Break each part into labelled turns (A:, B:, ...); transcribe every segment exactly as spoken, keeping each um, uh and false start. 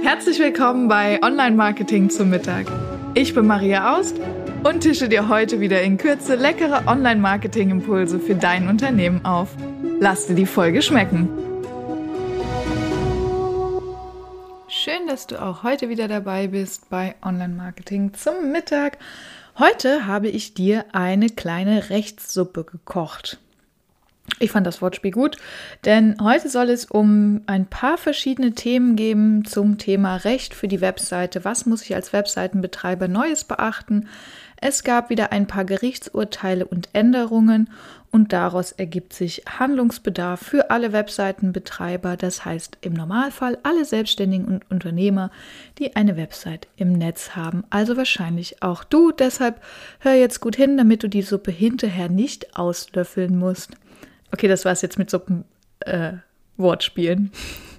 A: Herzlich willkommen bei Online-Marketing zum Mittag. Ich bin Maria Aust und tische dir heute wieder in Kürze leckere Online-Marketing-Impulse für dein Unternehmen auf. Lass dir die Folge schmecken. Schön, dass du auch heute wieder dabei bist bei Online-Marketing zum Mittag. Heute habe ich dir eine kleine Rechtssuppe gekocht. Ich fand das Wortspiel gut, denn heute soll es um ein paar verschiedene Themen gehen zum Thema Recht für die Webseite. Was muss ich als Webseitenbetreiber Neues beachten? Es gab wieder ein paar Gerichtsurteile und Änderungen und daraus ergibt sich Handlungsbedarf für alle Webseitenbetreiber, das heißt im Normalfall alle Selbstständigen und Unternehmer, die eine Website im Netz haben, also wahrscheinlich auch du. Deshalb hör jetzt gut hin, damit du die Suppe hinterher nicht auslöffeln musst. Okay, das war es jetzt mit Suppen äh, Wortspielen.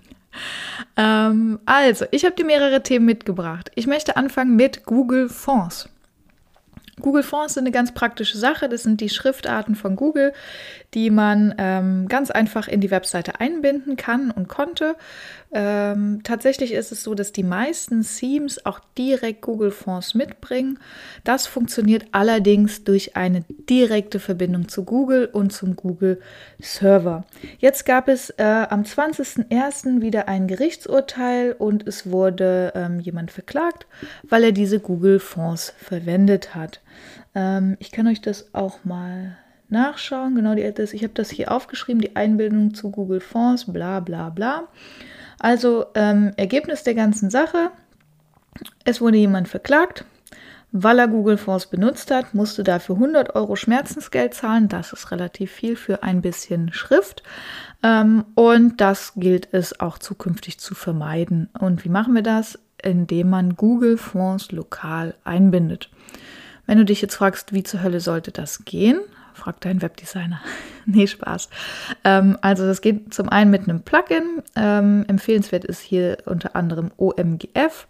A: ähm, also, ich habe dir mehrere Themen mitgebracht. Ich möchte anfangen mit Google Fonts. Google Fonts sind eine ganz praktische Sache. Das sind die Schriftarten von Google, die man ähm, ganz einfach in die Webseite einbinden kann und konnte. Ähm, tatsächlich ist es so, dass die meisten Themes auch direkt Google Fonts mitbringen. Das funktioniert allerdings durch eine direkte Verbindung zu Google und zum Google Server. Jetzt gab es äh, am zwanzigsten ersten wieder ein Gerichtsurteil und es wurde ähm, jemand verklagt, weil er diese Google Fonts verwendet hat. Ähm, ich kann euch das auch mal nachschauen. Genau, die, das, ich habe das hier aufgeschrieben, die Einbindung zu Google Fonts, bla bla bla. Also ähm, Ergebnis der ganzen Sache, es wurde jemand verklagt, weil er Google Fonts benutzt hat, musste dafür hundert Euro Schmerzensgeld zahlen. Das ist relativ viel für ein bisschen Schrift. Ähm, und das gilt es auch zukünftig zu vermeiden. Und wie machen wir das? Indem man Google Fonts lokal einbindet. Wenn du dich jetzt fragst, wie zur Hölle sollte das gehen? Frag deinen Webdesigner. Nee, Spaß. Ähm, also das geht zum einen mit einem Plugin. Ähm, empfehlenswert ist hier unter anderem O M G F.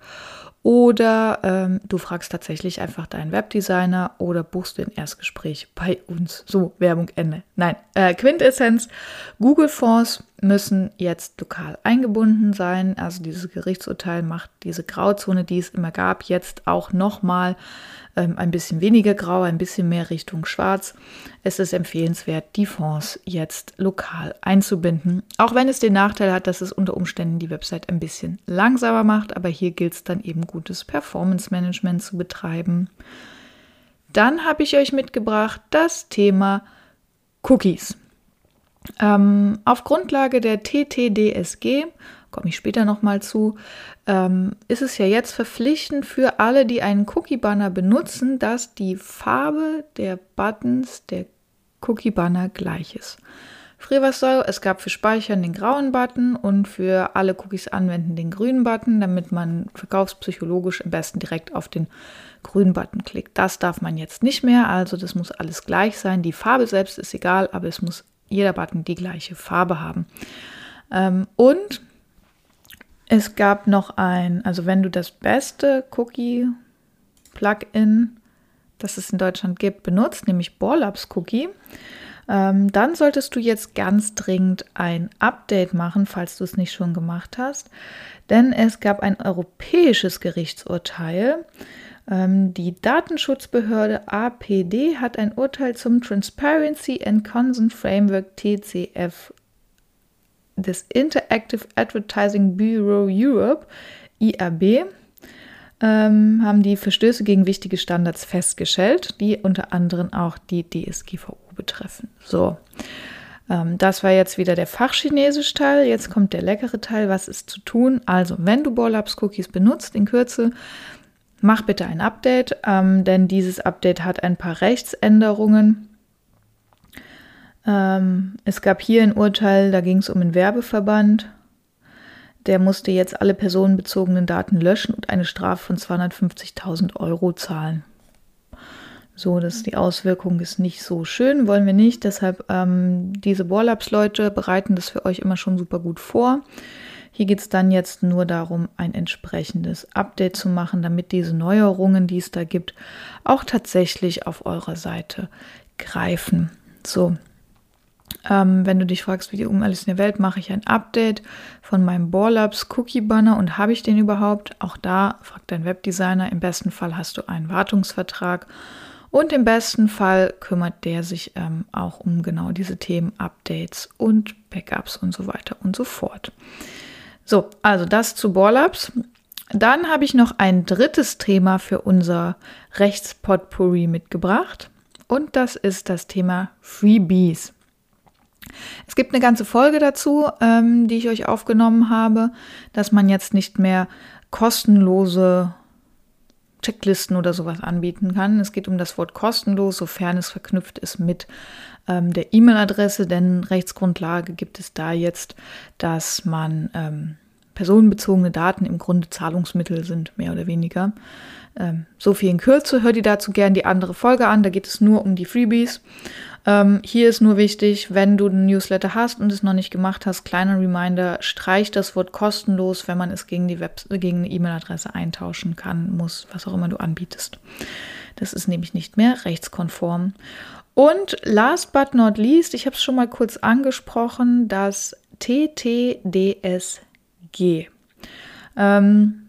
A: Oder ähm, du fragst tatsächlich einfach deinen Webdesigner oder buchst ein Erstgespräch bei uns. So, Werbung Ende. Nein, äh, Quintessenz. Google Fonts müssen jetzt lokal eingebunden sein. Also dieses Gerichtsurteil macht diese Grauzone, die es immer gab, jetzt auch nochmal ähm, ein bisschen weniger grau, ein bisschen mehr Richtung schwarz. Es ist empfehlenswert, die Fonts jetzt lokal einzubinden. Auch wenn es den Nachteil hat, dass es unter Umständen die Website ein bisschen langsamer macht. Aber hier gilt es dann eben gutes Performance-Management zu betreiben. Dann habe ich euch mitgebracht das Thema Cookies. Ähm, auf Grundlage der T T D S G, komme ich später nochmal zu, ähm, ist es ja jetzt verpflichtend für alle, die einen Cookie-Banner benutzen, dass die Farbe der Buttons der Cookie-Banner gleich ist. Früher war es so, es gab für Speichern den grauen Button und für alle Cookies anwenden den grünen Button, damit man verkaufspsychologisch am besten direkt auf den grünen Button klickt. Das darf man jetzt nicht mehr, also das muss alles gleich sein. Die Farbe selbst ist egal, aber es muss jeder Button die gleiche Farbe haben. Ähm, und es gab noch ein, also wenn du das beste Cookie-Plugin, das es in Deutschland gibt, benutzt, nämlich Borlabs Cookie, ähm, dann solltest du jetzt ganz dringend ein Update machen, falls du es nicht schon gemacht hast. Denn es gab ein europäisches Gerichtsurteil. Ähm, die Datenschutzbehörde A P D hat ein Urteil zum Transparency and Consent Framework T C F des Interactive Advertising Bureau Europe, I A B, ähm, haben die Verstöße gegen wichtige Standards festgestellt, die unter anderem auch die D S G V O betreffen. So, ähm, das war jetzt wieder der fachchinesisch Teil. Jetzt kommt der leckere Teil. Was ist zu tun? Also, wenn du Borlabs Cookies benutzt, in Kürze, mach bitte ein Update, ähm, denn dieses Update hat ein paar Rechtsänderungen. Ähm, es gab hier ein Urteil, da ging es um einen Werbeverband. Der musste jetzt alle personenbezogenen Daten löschen und eine Strafe von zweihundertfünfzigtausend Euro zahlen. So, dass die Auswirkung ist nicht so schön, wollen wir nicht. Deshalb, ähm, diese Borlabs-Leute bereiten das für euch immer schon super gut vor. Hier geht es dann jetzt nur darum, ein entsprechendes Update zu machen, damit diese Neuerungen, die es da gibt, auch tatsächlich auf eurer Seite greifen. So, Ähm, wenn du dich fragst, wie um alles in der Welt, mache ich ein Update von meinem Borlabs Cookie Banner und habe ich den überhaupt? Auch da fragt dein Webdesigner. Im besten Fall hast du einen Wartungsvertrag und im besten Fall kümmert der sich ähm, auch um genau diese Themen, Updates und Backups und so weiter und so fort. So, also das zu Borlabs. Dann habe ich noch ein drittes Thema für unser Rechtspotpourri mitgebracht und das ist das Thema Freebies. Es gibt eine ganze Folge dazu, ähm, die ich euch aufgenommen habe, dass man jetzt nicht mehr kostenlose Checklisten oder sowas anbieten kann. Es geht um das Wort kostenlos, sofern es verknüpft ist mit ähm, der E-Mail-Adresse, denn Rechtsgrundlage gibt es da jetzt, dass man ähm, personenbezogene Daten im Grunde Zahlungsmittel sind, mehr oder weniger. Ähm, so viel in Kürze, hört ihr dazu gerne die andere Folge an, da geht es nur um die Freebies. Ähm, hier ist nur wichtig, wenn du einen Newsletter hast und es noch nicht gemacht hast, kleiner Reminder, streich das Wort kostenlos, wenn man es gegen die Web- gegen eine E-Mail-Adresse eintauschen kann, muss, was auch immer du anbietest. Das ist nämlich nicht mehr rechtskonform. Und last but not least, ich habe es schon mal kurz angesprochen, das T T D S G. Ähm,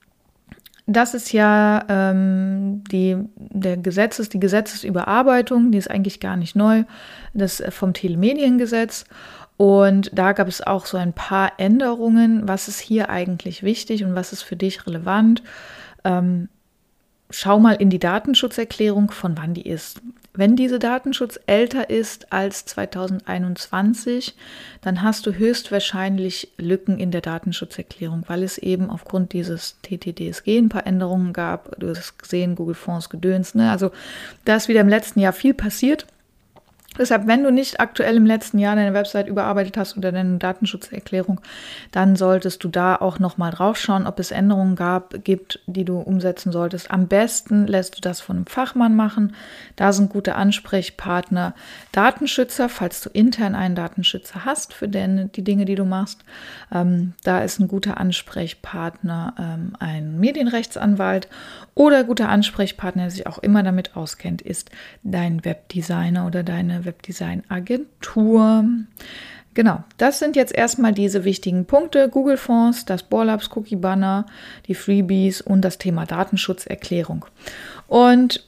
A: Das ist ja ähm, die, der Gesetzes, die Gesetzesüberarbeitung, die ist eigentlich gar nicht neu, das vom Telemediengesetz. Und da gab es auch so ein paar Änderungen. Was ist hier eigentlich wichtig und was ist für dich relevant? Ähm, schau mal in die Datenschutzerklärung, von wann die ist. Wenn diese Datenschutz älter ist als zweitausendeinundzwanzig, dann hast du höchstwahrscheinlich Lücken in der Datenschutzerklärung, weil es eben aufgrund dieses T T D S G ein paar Änderungen gab. Du hast es gesehen, Google Fonds Gedöns. Ne? Also da ist wieder im letzten Jahr viel passiert. Deshalb, wenn du nicht aktuell im letzten Jahr deine Website überarbeitet hast oder deine Datenschutzerklärung, dann solltest du da auch nochmal drauf schauen, ob es Änderungen gab, gibt, die du umsetzen solltest. Am besten lässt du das von einem Fachmann machen. Da sind gute Ansprechpartner Datenschützer, falls du intern einen Datenschützer hast für den, die Dinge, die du machst. Ähm, da ist ein guter Ansprechpartner ähm, ein Medienrechtsanwalt oder guter Ansprechpartner, der sich auch immer damit auskennt, ist dein Webdesigner oder deine Webdesign-Agentur. Genau, das sind jetzt erstmal diese wichtigen Punkte. Google Fonds, das Borlabs Cookie Banner, die Freebies und das Thema Datenschutzerklärung. Und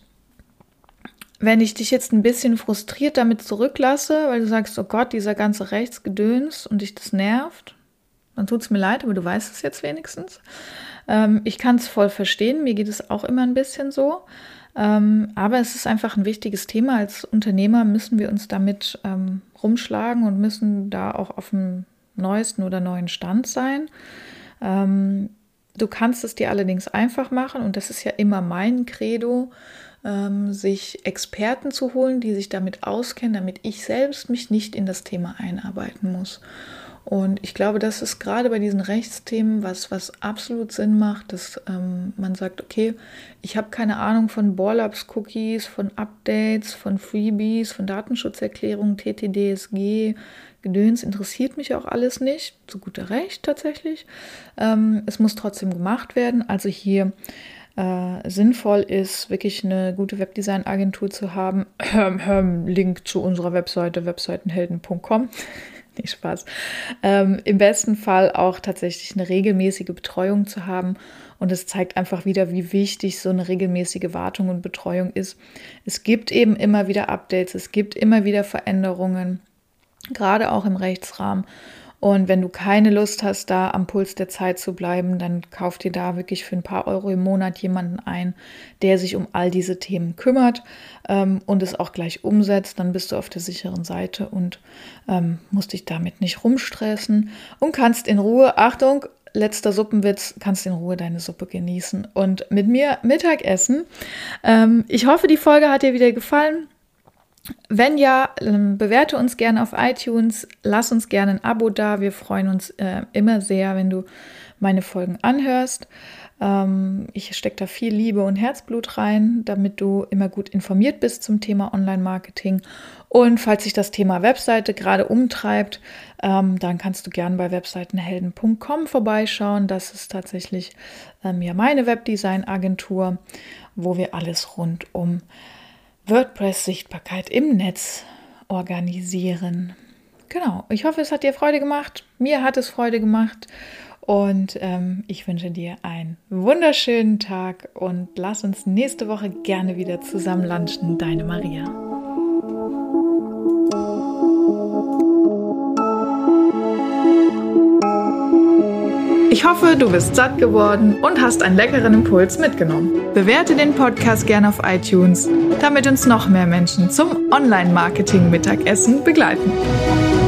A: wenn ich dich jetzt ein bisschen frustriert damit zurücklasse, weil du sagst, oh Gott, dieser ganze Rechtsgedöns und dich das nervt, dann tut es mir leid, aber du weißt es jetzt wenigstens. Ähm, ich kann es voll verstehen, mir geht es auch immer ein bisschen so. Ähm, aber es ist einfach ein wichtiges Thema. Als Unternehmer müssen wir uns damit ähm, rumschlagen und müssen da auch auf dem neuesten oder neuen Stand sein. Ähm, du kannst es dir allerdings einfach machen und das ist ja immer mein Credo, ähm, sich Experten zu holen, die sich damit auskennen, damit ich selbst mich nicht in das Thema einarbeiten muss. Und ich glaube, das ist gerade bei diesen Rechtsthemen was, was absolut Sinn macht, dass ähm, man sagt, okay, ich habe keine Ahnung von Borlabs-Cookies, von Updates, von Freebies, von Datenschutzerklärungen, T T D S G, Gedöns, interessiert mich auch alles nicht, zu guter Recht tatsächlich. Ähm, es muss trotzdem gemacht werden, also hier äh, sinnvoll ist, wirklich eine gute Webdesign-Agentur zu haben. Link zu unserer Webseite, webseitenhelden punkt com. Nicht Spaß. Ähm, im besten Fall auch tatsächlich eine regelmäßige Betreuung zu haben. Und es zeigt einfach wieder, wie wichtig so eine regelmäßige Wartung und Betreuung ist. Es gibt eben immer wieder Updates, es gibt immer wieder Veränderungen, gerade auch im Rechtsrahmen. Und wenn du keine Lust hast, da am Puls der Zeit zu bleiben, dann kauf dir da wirklich für ein paar Euro im Monat jemanden ein, der sich um all diese Themen kümmert ähm, und es auch gleich umsetzt. Dann bist du auf der sicheren Seite und ähm, musst dich damit nicht rumstressen und kannst in Ruhe, Achtung, letzter Suppenwitz, kannst in Ruhe deine Suppe genießen und mit mir Mittag essen. Ähm, ich hoffe, die Folge hat dir wieder gefallen. Wenn ja, bewerte uns gerne auf iTunes, lass uns gerne ein Abo da. Wir freuen uns äh, immer sehr, wenn du meine Folgen anhörst. Ähm, ich stecke da viel Liebe und Herzblut rein, damit du immer gut informiert bist zum Thema Online-Marketing. Und falls sich das Thema Webseite gerade umtreibt, ähm, dann kannst du gerne bei webseitenhelden punkt com vorbeischauen. Das ist tatsächlich ähm, ja meine Webdesign-Agentur, wo wir alles rund um WordPress-Sichtbarkeit im Netz organisieren. genau, ich hoffe, es hat dir Freude gemacht. Mir hat es Freude gemacht. Und ähm, ich wünsche dir einen wunderschönen Tag und lass uns nächste Woche gerne wieder zusammen lunchen. Deine Maria. Ich hoffe, du bist satt geworden und hast einen leckeren Impuls mitgenommen. Bewerte den Podcast gerne auf iTunes, damit uns noch mehr Menschen zum Online-Marketing-Mittagessen begleiten.